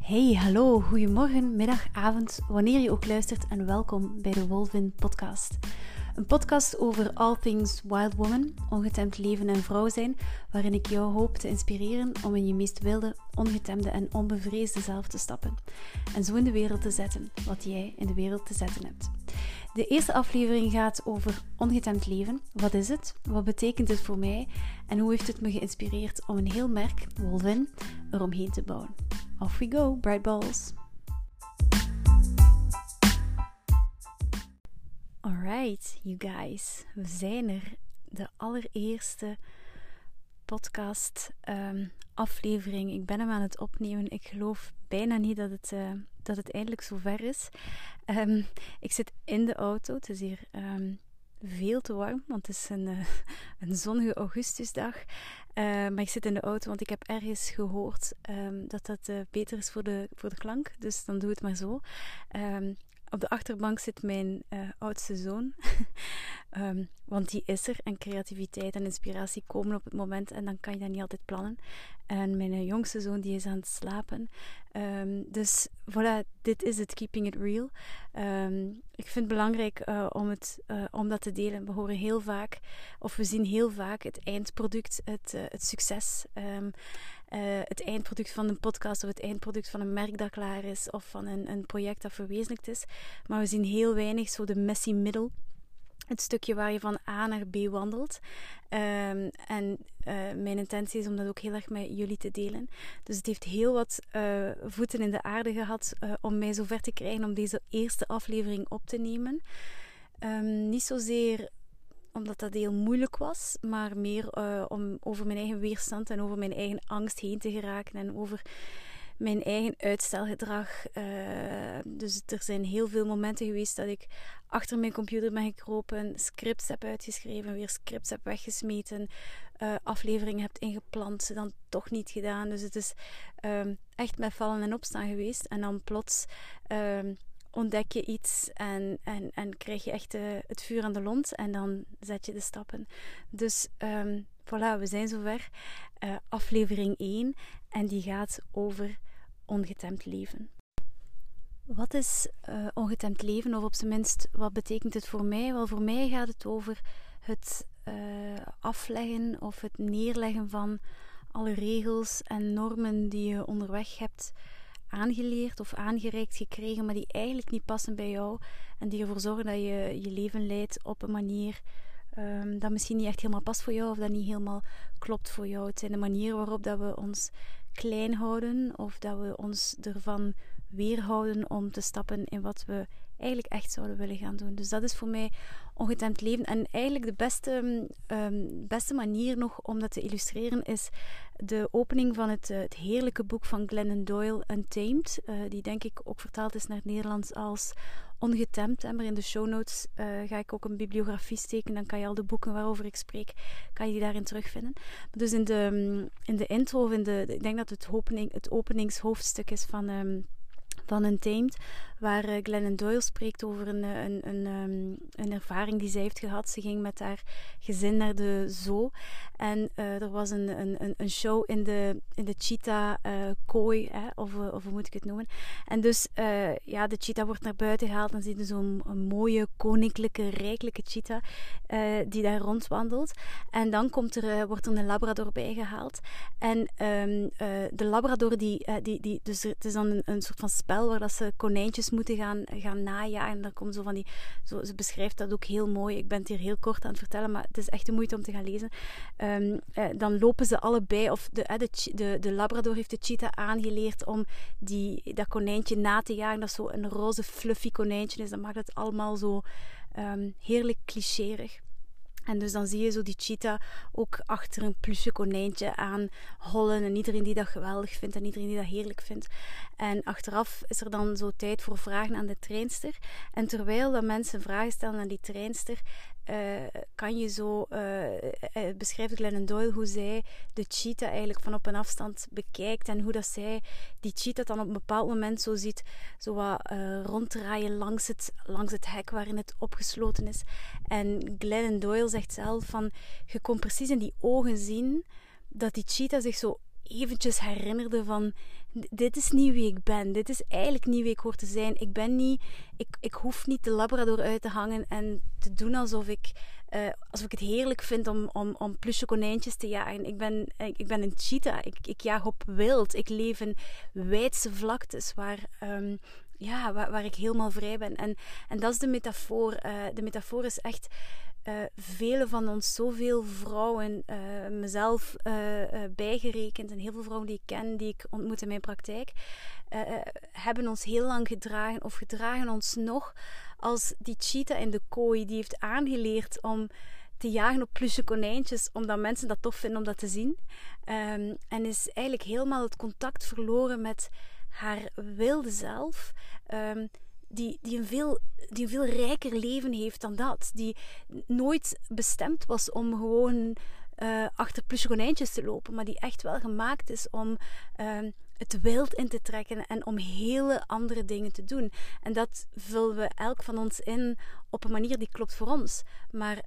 Hey, hallo, goedemorgen, middag, avond, wanneer je ook luistert en welkom bij de Wolvin Podcast. Een podcast over all things wild woman, ongetemd leven en vrouw zijn, waarin ik jou hoop te inspireren om in je meest wilde, ongetemde en onbevreesde zelf te stappen. En zo in de wereld te zetten wat jij in de wereld te zetten hebt. De eerste aflevering gaat over ongetemd leven. Wat is het? Wat betekent het voor mij? En hoe heeft het me geïnspireerd om een heel merk, Wolvin, eromheen te bouwen? Off we go, bright balls! Alright, you guys. We zijn er. De allereerste podcast aflevering. Ik ben hem aan het opnemen. Ik geloof bijna niet dat het eindelijk zover is. Ik zit in de auto. Het is hier veel te warm, want het is een zonnige augustusdag. Maar ik zit in de auto, want ik heb ergens gehoord dat beter is voor de klank. Dus dan doe het maar zo. Op de achterbank zit mijn oudste zoon. Want die is er. En creativiteit en inspiratie komen op het moment. En dan kan je dat niet altijd plannen. En mijn jongste zoon die is aan het slapen. Dus voilà, dit is het. Keeping it real. Ik vind het belangrijk om dat te delen. We horen heel vaak, of we zien heel vaak het eindproduct, het succes. Het eindproduct van een podcast of het eindproduct van een merk dat klaar is of van een project dat verwezenlijkt is. Maar we zien heel weinig zo de messy middle. Het stukje waar je van A naar B wandelt. Mijn intentie is om dat ook heel erg met jullie te delen. Dus het heeft heel wat voeten in de aarde gehad om mij zover te krijgen om deze eerste aflevering op te nemen. Niet zozeer omdat dat heel moeilijk was, maar meer om over mijn eigen weerstand en over mijn eigen angst heen te geraken en over mijn eigen uitstelgedrag. Dus er zijn heel veel momenten geweest dat ik achter mijn computer ben gekropen, scripts heb uitgeschreven, weer scripts heb weggesmeten, afleveringen heb ingepland, ze dan toch niet gedaan. Dus het is echt met vallen en opstaan geweest. En dan plots ontdek je iets en krijg je echt het vuur aan de lont en dan zet je de stappen. Dus voilà, we zijn zover. Aflevering 1 en die gaat over ongetemd leven. Wat is ongetemd leven? Of op zijn minst, wat betekent het voor mij? Wel, voor mij gaat het over het afleggen of het neerleggen van alle regels en normen die je onderweg hebt aangeleerd of aangereikt gekregen, maar die eigenlijk niet passen bij jou en die ervoor zorgen dat je je leven leidt op een manier dat misschien niet echt helemaal past voor jou of dat niet helemaal klopt voor jou. Het zijn de manieren waarop dat we ons klein houden of dat we ons ervan weerhouden om te stappen in wat we eigenlijk echt zouden willen gaan doen. Dus dat is voor mij ongetemd leven. En eigenlijk de beste manier nog om dat te illustreren is de opening van het heerlijke boek van Glennon Doyle, Untamed. Die denk ik ook vertaald is naar het Nederlands als Ongetemd. Maar in de show notes ga ik ook een bibliografie steken. Dan kan je al de boeken waarover ik spreek, kan je die daarin terugvinden. Dus in de intro, of ik denk dat het openingshoofdstuk is van Untamed, waar Glennon Doyle spreekt over een ervaring die zij heeft gehad. Ze ging met haar gezin naar de zoo en er was een show in de cheetah kooi, of hoe moet ik het noemen. En dus de cheetah wordt naar buiten gehaald en zie je zo'n mooie, koninklijke, rijkelijke cheetah die daar rondwandelt. En dan wordt er een labrador bijgehaald. En de labrador dus het is dan een soort van spel waar dat ze konijntjes moeten gaan najagen. En dan komt ze beschrijft dat ook heel mooi. Ik ben het hier heel kort aan het vertellen, maar het is echt de moeite om te gaan lezen. Dan lopen ze allebei, of de labrador heeft de cheetah aangeleerd om dat konijntje na te jagen. Dat zo een roze fluffy konijntje is. Dan maakt het allemaal zo heerlijk clichérig. En dus dan zie je zo die cheetah ook achter een plusje konijntje aan hollen. En iedereen die dat geweldig vindt en iedereen die dat heerlijk vindt. En achteraf is er dan zo tijd voor vragen aan de trainster. En terwijl dat mensen vragen stellen aan die trainster, kan je zo, beschrijft Glennon Doyle hoe zij de cheetah eigenlijk van op een afstand bekijkt en hoe dat zij die cheetah dan op een bepaald moment zo ziet, zo wat ronddraaien langs het hek waarin het opgesloten is. En Glennon Doyle zegt zelf van, je kon precies in die ogen zien dat die cheetah zich zo eventjes herinnerde van, dit is niet wie ik ben. Dit is eigenlijk niet wie ik hoor te zijn. Ik hoef niet de Labrador uit te hangen en te doen alsof ik het heerlijk vind om plusje konijntjes te jagen. Ik ben een cheetah. Ik jaag op wild. Ik leef in wijdse vlaktes waar ik helemaal vrij ben. En dat is de metafoor. De metafoor is echt vele van ons, zoveel vrouwen, mezelf bijgerekend en heel veel vrouwen die ik ken, die ik ontmoet in mijn praktijk, hebben ons heel lang gedragen of gedragen ons nog als die cheetah in de kooi die heeft aangeleerd om te jagen op plusje konijntjes, omdat mensen dat tof vinden om dat te zien. En is eigenlijk helemaal het contact verloren met haar wilde zelf, die een veel rijker leven heeft dan dat. Die nooit bestemd was om gewoon achter plusje konijntjes te lopen, maar die echt wel gemaakt is om het wild in te trekken en om hele andere dingen te doen. En dat vullen we elk van ons in op een manier die klopt voor ons. Maar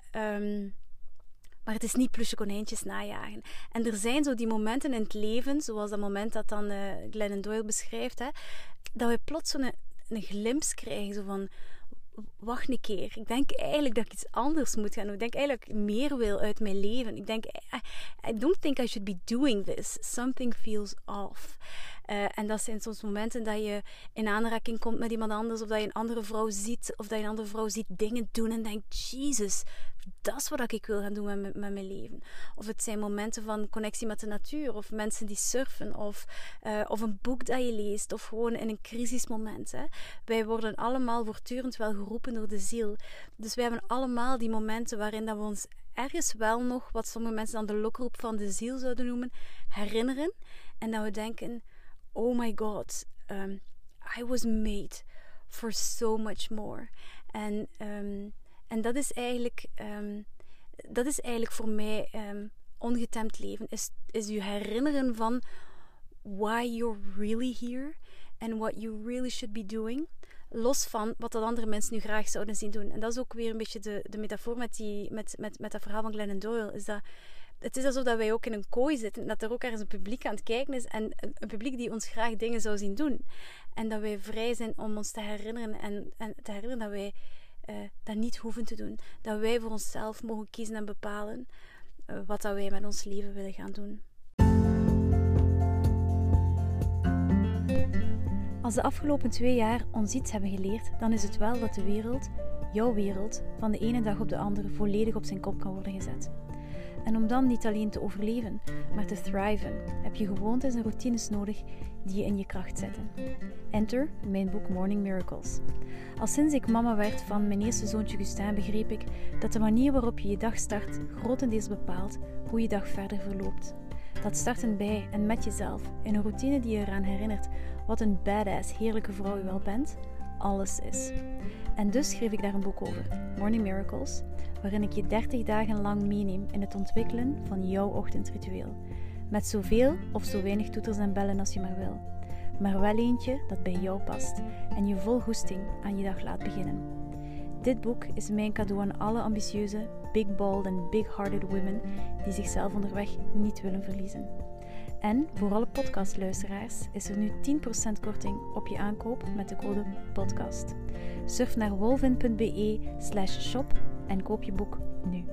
het is niet plusje konijntjes najagen. En er zijn zo die momenten in het leven, zoals dat moment dat dan Glennon Doyle beschrijft, dat we plots zo'n glimps krijgen, zo van, wacht een keer, ik denk eigenlijk dat ik iets anders moet gaan doen. Ik denk eigenlijk dat ik meer wil uit mijn leven. Ik denk, I don't think I should be doing this. Something feels off. En dat zijn soms momenten dat je in aanraking komt met iemand anders, of dat je een andere vrouw ziet, of dat je een andere vrouw ziet dingen doen en denkt, Jesus, dat is wat ik wil gaan doen met mijn leven. Of het zijn momenten van connectie met de natuur, of mensen die surfen, of een boek dat je leest, of gewoon in een crisismoment. Hè. Wij worden allemaal voortdurend wel geroepen door de ziel. Dus wij hebben allemaal die momenten waarin dat we ons ergens wel nog, wat sommige mensen dan de lokroep van de ziel zouden noemen, herinneren. En dat we denken, oh my God, I was made for so much more. En dat is eigenlijk voor mij ongetemd leven. Is je herinneren van why you're really here and what you really should be doing. Los van wat dat andere mensen nu graag zouden zien doen. En dat is ook weer een beetje de metafoor met dat verhaal van Glennon Doyle. Is dat het is alsof dat wij ook in een kooi zitten en dat er ook ergens een publiek aan het kijken is en een publiek die ons graag dingen zou zien doen. En dat wij vrij zijn om ons te herinneren en te herinneren dat wij dat niet hoeven te doen. Dat wij voor onszelf mogen kiezen en bepalen wat dat wij met ons leven willen gaan doen. Als de afgelopen 2 jaar ons iets hebben geleerd, dan is het wel dat de wereld, jouw wereld, van de ene dag op de andere volledig op zijn kop kan worden gezet. En om dan niet alleen te overleven, maar te thriven, heb je gewoontes en routines nodig die je in je kracht zetten. Enter mijn boek Morning Miracles. Al sinds ik mama werd van mijn eerste zoontje Gustin begreep ik dat de manier waarop je je dag start grotendeels bepaalt hoe je dag verder verloopt. Dat starten bij en met jezelf, in een routine die je eraan herinnert wat een badass heerlijke vrouw je wel bent, alles is. En dus schreef ik daar een boek over, Morning Miracles, waarin ik je 30 dagen lang meeneem in het ontwikkelen van jouw ochtendritueel. Met zoveel of zo weinig toeters en bellen als je maar wil. Maar wel eentje dat bij jou past en je vol goesting aan je dag laat beginnen. Dit boek is mijn cadeau aan alle ambitieuze, big-balled en big-hearted women die zichzelf onderweg niet willen verliezen. En voor alle podcastluisteraars is er nu 10% korting op je aankoop met de code PODCAST. Surf naar wolvin.be/shop en koop je boek nu.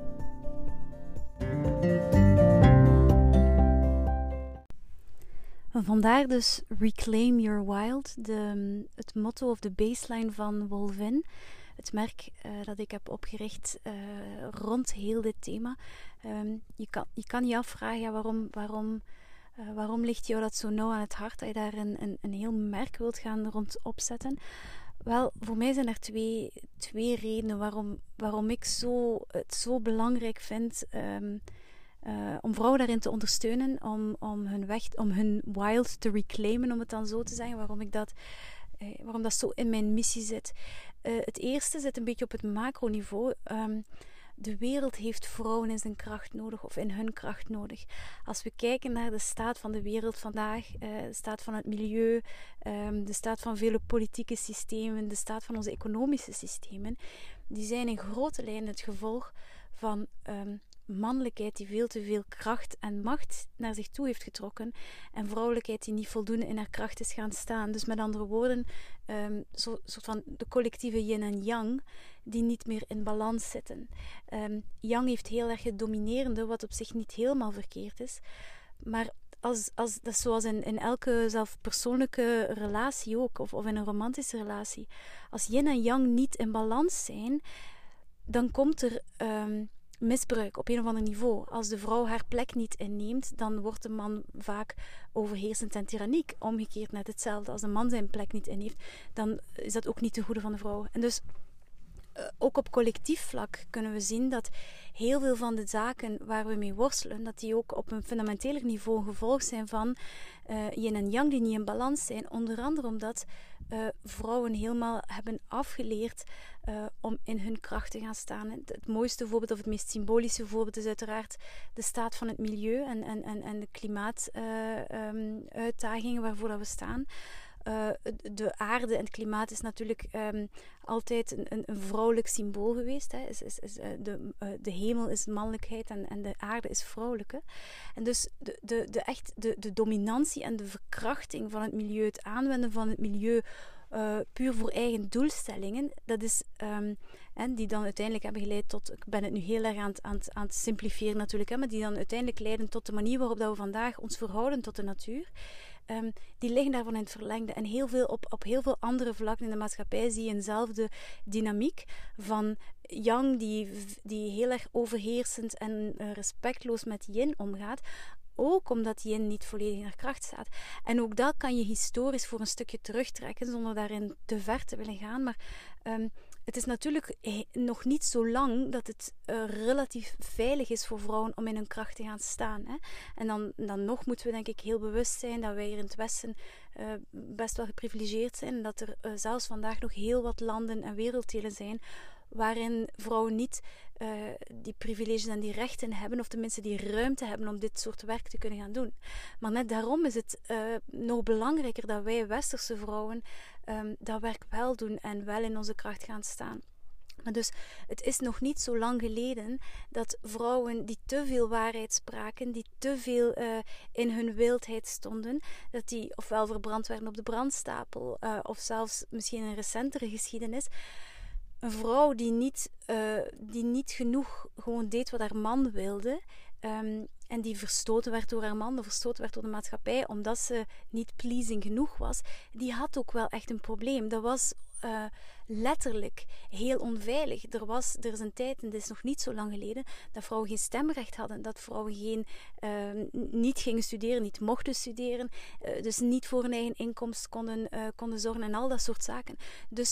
Vandaar dus Reclaim Your Wild, het motto of de baseline van Wolvin. Het merk dat ik heb opgericht rond heel dit thema. Je kan je afvragen, ja, waarom ligt jou dat zo nauw aan het hart dat je daar een heel merk wilt gaan rond opzetten? Wel, voor mij zijn er twee redenen waarom ik het zo belangrijk vind om vrouwen daarin te ondersteunen, om hun wild te reclaimen, om het dan zo te zeggen, waarom dat zo in mijn missie zit. Het eerste zit een beetje op het macroniveau. De wereld heeft vrouwen in zijn kracht nodig of in hun kracht nodig. Als we kijken naar de staat van de wereld vandaag, de staat van het milieu, de staat van vele politieke systemen, de staat van onze economische systemen, die zijn in grote lijnen het gevolg van mannelijkheid die veel te veel kracht en macht naar zich toe heeft getrokken en vrouwelijkheid die niet voldoende in haar kracht is gaan staan. Dus met andere woorden, soort van de collectieve yin en yang die niet meer in balans zitten. Yang heeft heel erg het dominerende, wat op zich niet helemaal verkeerd is, maar dat is zoals in elke zelfpersoonlijke relatie ook, of in een romantische relatie. Als yin en yang niet in balans zijn, dan komt er misbruik op een of ander niveau. Als de vrouw haar plek niet inneemt, dan wordt de man vaak overheersend en tyranniek. Omgekeerd net hetzelfde. Als de man zijn plek niet inneemt, dan is dat ook niet ten goede van de vrouw. En dus ook op collectief vlak kunnen we zien dat heel veel van de zaken waar we mee worstelen, dat die ook op een fundamenteler niveau een gevolg zijn van yin en yang die niet in balans zijn. Onder andere omdat vrouwen helemaal hebben afgeleerd om in hun kracht te gaan staan. Het mooiste voorbeeld, of het meest symbolische voorbeeld, is uiteraard de staat van het milieu en de klimaatuitdagingen waarvoor dat we staan. De aarde en het klimaat is natuurlijk altijd een vrouwelijk symbool geweest. Hè. De hemel is mannelijkheid en de aarde is vrouwelijke. En dus de dominantie en de verkrachting van het milieu, het aanwenden van het milieu puur voor eigen doelstellingen, dat is die dan uiteindelijk hebben geleid tot, ik ben het nu heel erg aan het simplifiëren natuurlijk, maar die dan uiteindelijk leiden tot de manier waarop dat we vandaag ons verhouden tot de natuur. Die liggen daarvan in het verlengde. En heel veel op heel veel andere vlakken in de maatschappij zie je eenzelfde dynamiek van yang die heel erg overheersend en respectloos met yin omgaat. Ook omdat yin niet volledig in haar kracht staat. En ook dat kan je historisch voor een stukje terugtrekken, zonder daarin te ver te willen gaan. Maar het is natuurlijk nog niet zo lang dat het relatief veilig is voor vrouwen om in hun kracht te gaan staan. Hè? En dan nog moeten we denk ik heel bewust zijn dat wij hier in het Westen best wel geprivilegeerd zijn. En dat er zelfs vandaag nog heel wat landen en werelddelen zijn waarin vrouwen niet die privileges en die rechten hebben, of tenminste die ruimte hebben om dit soort werk te kunnen gaan doen. Maar net daarom is het nog belangrijker dat wij westerse vrouwen dat werk wel doen en wel in onze kracht gaan staan. Maar dus het is nog niet zo lang geleden dat vrouwen die te veel waarheid spraken, die te veel in hun wildheid stonden, dat die ofwel verbrand werden op de brandstapel, of zelfs misschien een recentere geschiedenis. Een vrouw die niet genoeg gewoon deed wat haar man wilde, en die verstoten werd door haar man, of verstoten werd door de maatschappij, omdat ze niet pleasing genoeg was, die had ook wel echt een probleem. Dat was letterlijk heel onveilig. Er is een tijd, en dit is nog niet zo lang geleden, dat vrouwen geen stemrecht hadden, dat vrouwen niet gingen studeren, niet mochten studeren, dus niet voor hun eigen inkomst konden zorgen en al dat soort zaken. Dus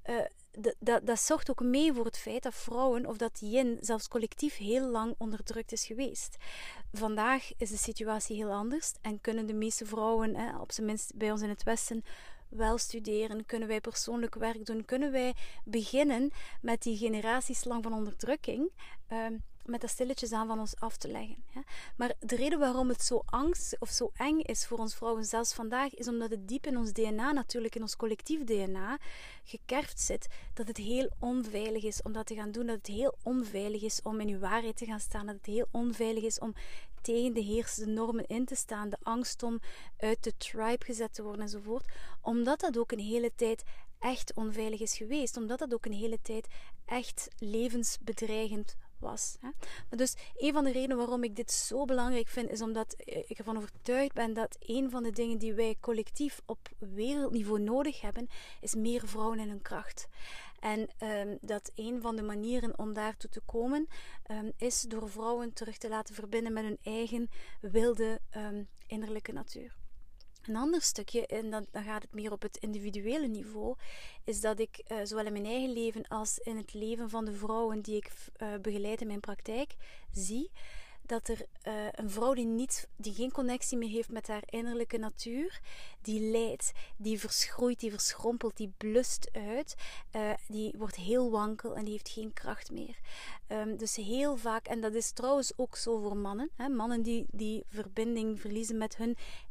dat zorgt ook mee voor het feit dat vrouwen, of dat yin zelfs collectief heel lang onderdrukt is geweest. Vandaag is de situatie heel anders en kunnen de meeste vrouwen, op zijn minst bij ons in het Westen, wel studeren, kunnen wij persoonlijk werk doen, kunnen wij beginnen met die generatieslang van onderdrukking, met dat stilletjes aan van ons af te leggen. Hè. Maar de reden waarom het zo angst of zo eng is voor ons vrouwen zelfs vandaag, is omdat het diep in ons DNA, natuurlijk in ons collectief DNA, gekerfd zit dat het heel onveilig is om dat te gaan doen, dat het heel onveilig is om in uw waarheid te gaan staan, dat het heel onveilig is om tegen de heersende normen in te staan, de angst om uit de tribe gezet te worden enzovoort, omdat dat ook een hele tijd echt onveilig is geweest, omdat dat ook een hele tijd echt levensbedreigend was. Hè. Maar dus een van de redenen waarom ik dit zo belangrijk vind, is omdat ik ervan overtuigd ben dat een van de dingen die wij collectief op wereldniveau nodig hebben, is meer vrouwen in hun kracht. En dat een van de manieren om daartoe te komen, is door vrouwen terug te laten verbinden met hun eigen wilde innerlijke natuur. Een ander stukje, en dan gaat het meer op het individuele niveau, is dat ik zowel in mijn eigen leven als in het leven van de vrouwen die ik begeleid in mijn praktijk zie, dat er een vrouw die geen connectie meer heeft met haar innerlijke natuur, die lijdt, die verschroeit, die verschrompelt, die blust uit, die wordt heel wankel en die heeft geen kracht meer. Dus heel vaak, en dat is trouwens ook zo voor mannen, hè, mannen die verbinding verliezen met hun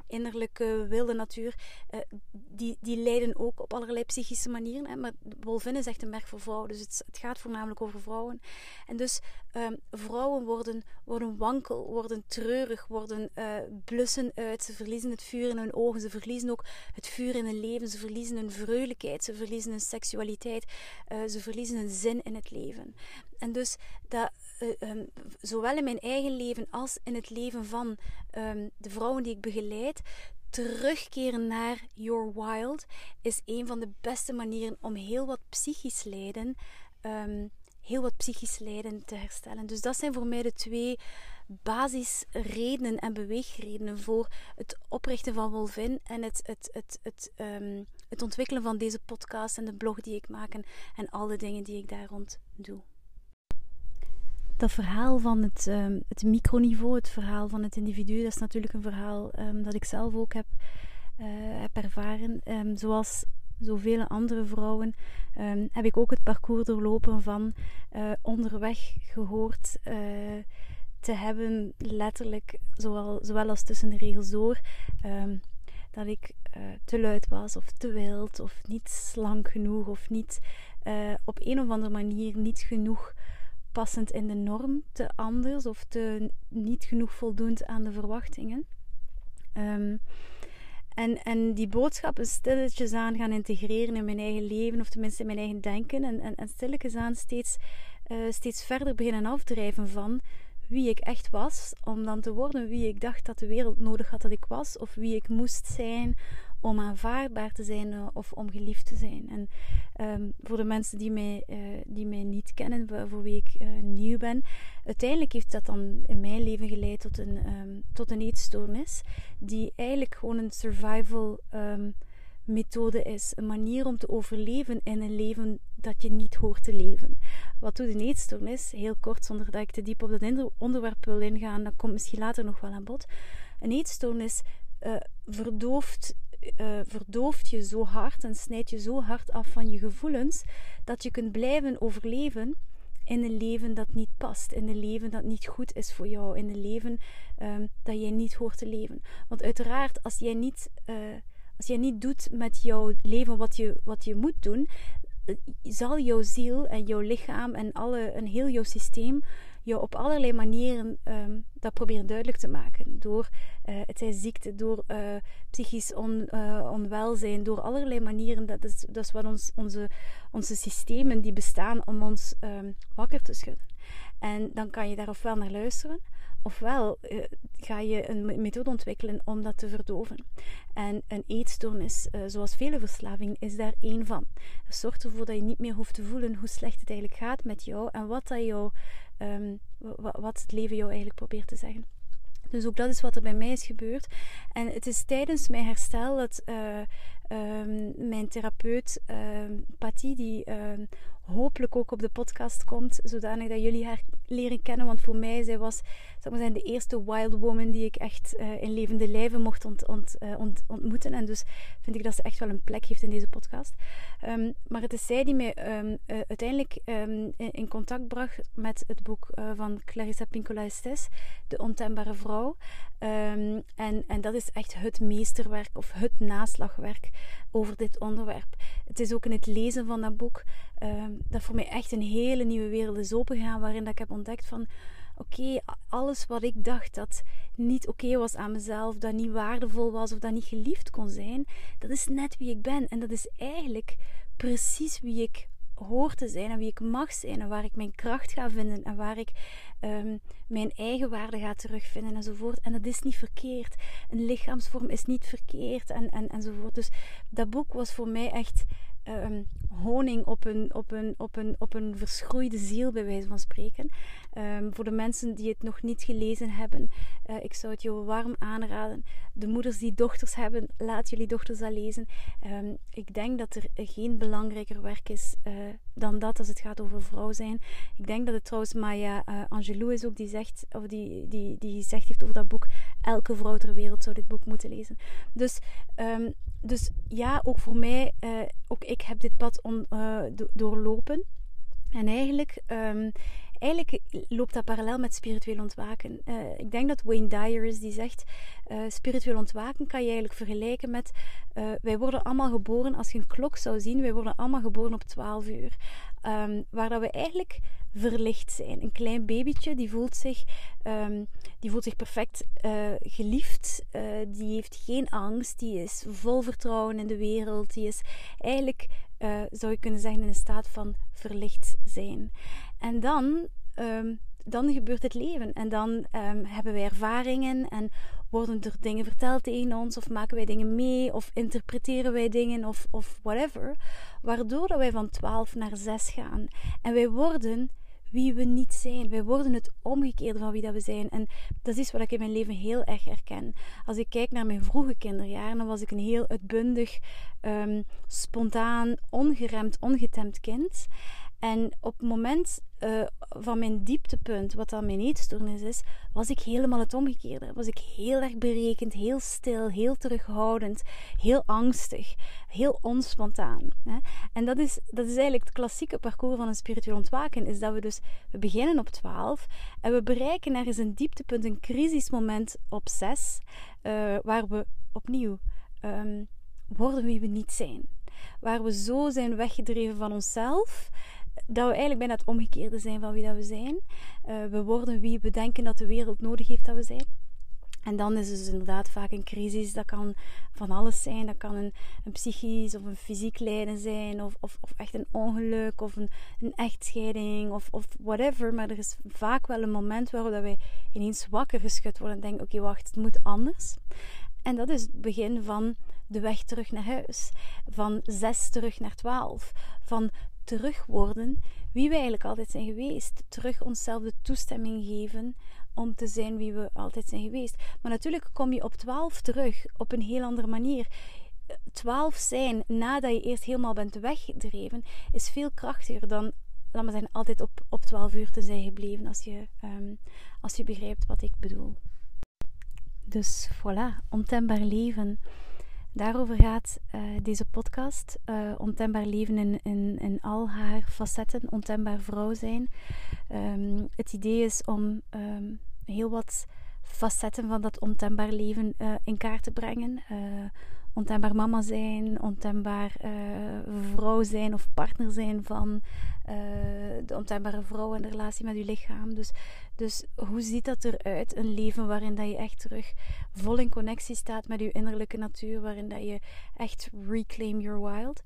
innerlijke wilde natuur, die lijden ook op allerlei psychische manieren. Hè? Maar Wolvinnen is echt een merk voor vrouwen, dus het gaat voornamelijk over vrouwen. En dus vrouwen worden wankel, worden treurig, worden blussen uit. Ze verliezen het vuur in hun ogen, ze verliezen ook het vuur in hun leven, ze verliezen hun vrouwelijkheid, ze verliezen hun seksualiteit, ze verliezen hun zin in het leven. En dus zowel in mijn eigen leven als in het leven van de vrouwen die ik begeleid, terugkeren naar Your Wild is een van de beste manieren om heel wat psychisch lijden te herstellen. Dus dat zijn voor mij de 2 basisredenen en beweegredenen voor het oprichten van Wolvin en het ontwikkelen van deze podcast en de blog die ik maak en alle dingen die ik daar rond doe. Dat verhaal van het microniveau, het verhaal van het individu, dat is natuurlijk een verhaal dat ik zelf ook heb ervaren. Zoals zoveel andere vrouwen heb ik ook het parcours doorlopen van onderweg gehoord te hebben, letterlijk, zowel als tussen de regels door, dat ik te luid was of te wild of niet slank genoeg of niet op een of andere manier niet genoeg passend in de norm, te anders of te niet genoeg voldoend aan de verwachtingen. En die boodschappen stilletjes aan gaan integreren in mijn eigen leven, of tenminste in mijn eigen denken, en stilletjes aan steeds verder beginnen afdrijven van wie ik echt was, om dan te worden wie ik dacht dat de wereld nodig had dat ik was, of wie ik moest zijn om aanvaardbaar te zijn of om geliefd te zijn. En voor de mensen die mij niet kennen, voor wie ik nieuw ben, uiteindelijk heeft dat dan in mijn leven geleid tot een eetstoornis, die eigenlijk gewoon een survival methode is. Een manier om te overleven in een leven dat je niet hoort te leven. Wat doet een eetstoornis? Heel kort, zonder dat ik te diep op dat onderwerp wil ingaan, dat komt misschien later nog wel aan bod. Een eetstoornis verdooft je zo hard en snijdt je zo hard af van je gevoelens, dat je kunt blijven overleven in een leven dat niet past, in een leven dat niet goed is voor jou, in een leven dat jij niet hoort te leven. Want uiteraard, als jij niet doet met jouw leven wat je moet doen, zal jouw ziel en jouw lichaam en heel jouw systeem jou op allerlei manieren dat proberen duidelijk te maken. Door het zij ziekte, door psychisch onwelzijn, door allerlei manieren. Dat is wat onze systemen die bestaan om ons wakker te schudden. En dan kan je daar ofwel naar luisteren, ofwel ga je een methode ontwikkelen om dat te verdoven. En een eetstoornis, zoals vele verslavingen, is daar één van. Het zorgt ervoor dat je niet meer hoeft te voelen hoe slecht het eigenlijk gaat met jou en wat het leven jou eigenlijk probeert te zeggen. Dus ook dat is wat er bij mij is gebeurd. En het is tijdens mijn herstel dat mijn therapeut Patty, die hopelijk ook op de podcast komt, zodanig dat jullie haar leren kennen. Want voor mij, zij was, zal ik maar zeggen, de eerste wild woman die ik echt in levende lijven mocht ontmoeten. En dus vind ik dat ze echt wel een plek heeft in deze podcast. Maar het is zij die mij uiteindelijk in contact bracht met het boek van Clarissa Pinkola Estés, De Ontembare Vrouw. En dat is echt het meesterwerk of het naslagwerk over dit onderwerp. Het is ook in het lezen van dat boek dat voor mij echt een hele nieuwe wereld is opengegaan, waarin dat ik heb ontdekt van oké, alles wat ik dacht dat niet oké was aan mezelf, dat niet waardevol was of dat niet geliefd kon zijn, dat is net wie ik ben. En dat is eigenlijk precies wie ik hoor te zijn en wie ik mag zijn en waar ik mijn kracht ga vinden en waar ik mijn eigen waarde ga terugvinden enzovoort. En dat is niet verkeerd. Een lichaamsvorm is niet verkeerd enzovoort. Dus dat boek was voor mij echt honing op een verschroeide ziel, bij wijze van spreken. Voor de mensen die het nog niet gelezen hebben, ik zou het je warm aanraden. De moeders die dochters hebben, laat jullie dochters dat lezen. Ik denk dat er geen belangrijker werk is dan dat als het gaat over vrouw zijn. Ik denk dat het trouwens Maya Angelou is ook die zegt, of die gezegd heeft over dat boek, elke vrouw ter wereld zou dit boek moeten lezen. Dus ja, ook voor mij, ook ik heb dit pad doorlopen. En eigenlijk eigenlijk loopt dat parallel met spiritueel ontwaken. Ik denk dat Wayne Dyer is die zegt, spiritueel ontwaken kan je eigenlijk vergelijken met, wij worden allemaal geboren, als je een klok zou zien, wij worden allemaal geboren op 12 uur. Waar dat we eigenlijk verlicht zijn. Een klein babytje, die voelt zich perfect geliefd. Die heeft geen angst. Die is vol vertrouwen in de wereld. Die is eigenlijk, zou je kunnen zeggen, in een staat van verlicht zijn. En dan gebeurt het leven. En dan hebben wij ervaringen en worden er dingen verteld tegen ons, of maken wij dingen mee, of interpreteren wij dingen, of whatever. Waardoor dat wij van 12 naar 6 gaan. En wij worden wie we niet zijn. Wij worden het omgekeerde van wie dat we zijn. En dat is wat ik in mijn leven heel erg herken. Als ik kijk naar mijn vroege kinderjaren, dan was ik een heel uitbundig, spontaan, ongeremd, ongetemd kind. En op het moment van mijn dieptepunt, wat dan mijn eetstoornis is, was ik helemaal het omgekeerde. Was ik heel erg berekend, heel stil, heel terughoudend, heel angstig, heel onspontaan. Hè? En dat is eigenlijk het klassieke parcours van een spiritueel ontwaken. Is dat we beginnen op 12 en we bereiken ergens een dieptepunt, een crisismoment op 6, waar we opnieuw worden wie we niet zijn. Waar we zo zijn weggedreven van onszelf, dat we eigenlijk bijna het omgekeerde zijn van wie dat we zijn. We worden wie we denken dat de wereld nodig heeft dat we zijn. En dan is het dus inderdaad vaak een crisis. Dat kan van alles zijn. Dat kan een psychisch of een fysiek lijden zijn. Of echt een ongeluk. Of een echtscheiding. Of whatever. Maar er is vaak wel een moment waarop dat wij ineens wakker geschud worden. En denken, oké, wacht, het moet anders. En dat is het begin van de weg terug naar huis. Van 6 terug naar 12. Van terug worden wie we eigenlijk altijd zijn geweest. Terug onszelf de toestemming geven om te zijn wie we altijd zijn geweest. Maar natuurlijk kom je op 12 terug op een heel andere manier. 12 zijn nadat je eerst helemaal bent weggedreven is veel krachtiger dan, laat maar zeggen, altijd op 12 uur te zijn gebleven, als je begrijpt wat ik bedoel. Dus voilà, ontembaar leven. Daarover gaat deze podcast. Ontembaar leven in al haar facetten. Ontembaar vrouw zijn. Het idee is om heel wat facetten van dat ontembaar leven in kaart te brengen. Ontembaar mama zijn. Ontembaar vrouw zijn of partner zijn van de ontembare vrouw in de relatie met je lichaam. Dus hoe ziet dat eruit? Een leven waarin dat je echt terug vol in connectie staat met je innerlijke natuur. Waarin dat je echt reclaim your wild.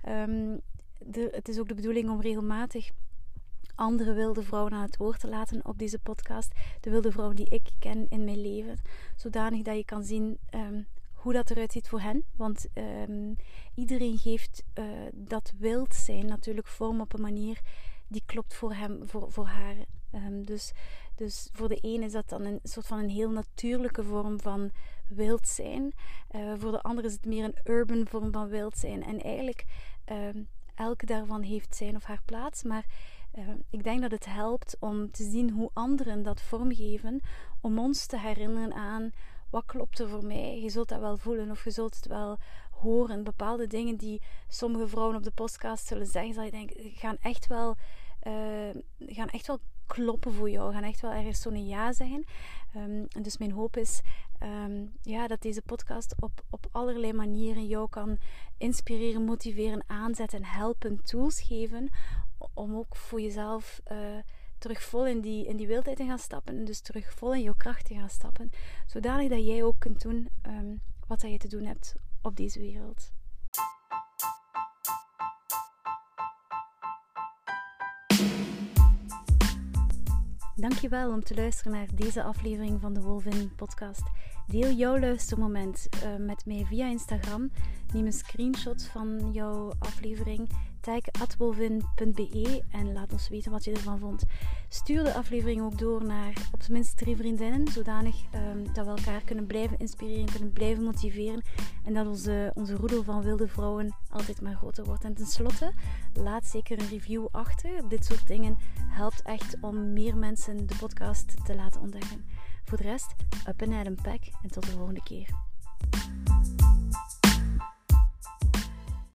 Het is ook de bedoeling om regelmatig andere wilde vrouwen aan het woord te laten op deze podcast. De wilde vrouwen die ik ken in mijn leven. Zodanig dat je kan zien hoe dat eruit ziet voor hen. Want iedereen geeft dat wild zijn natuurlijk vorm op een manier die klopt voor hem, voor haar. Dus voor de een is dat dan een soort van een heel natuurlijke vorm van wild zijn. Voor de ander is het meer een urban vorm van wild zijn. En eigenlijk, elke daarvan heeft zijn of haar plaats. Maar ik denk dat het helpt om te zien hoe anderen dat vormgeven. Om ons te herinneren aan, wat klopt er voor mij? Je zult dat wel voelen of je zult het wel horen. Bepaalde dingen die sommige vrouwen op de podcast zullen zeggen, zal je denken, gaan echt wel kloppen voor jou. Gaan echt wel ergens zo'n ja zeggen. En dus mijn hoop is dat deze podcast op allerlei manieren jou kan inspireren, motiveren, aanzetten en helpen, tools geven om ook voor jezelf terug vol in die wildheid te gaan stappen. En dus terug vol in jouw kracht te gaan stappen. Zodanig dat jij ook kunt doen wat je te doen hebt op deze wereld. Dankjewel om te luisteren naar deze aflevering van de Wolvin podcast. Deel jouw luistermoment met mij via Instagram. Neem een screenshot van jouw aflevering. Tag @wolvin.be en laat ons weten wat je ervan vond. Stuur de aflevering ook door naar op zijn minst 3 vriendinnen, zodanig dat we elkaar kunnen blijven inspireren, kunnen blijven motiveren en dat onze roedel van wilde vrouwen altijd maar groter wordt. En tenslotte, laat zeker een review achter. Dit soort dingen helpt echt om meer mensen de podcast te laten ontdekken. Voor de rest, up and at 'em pack en tot de volgende keer.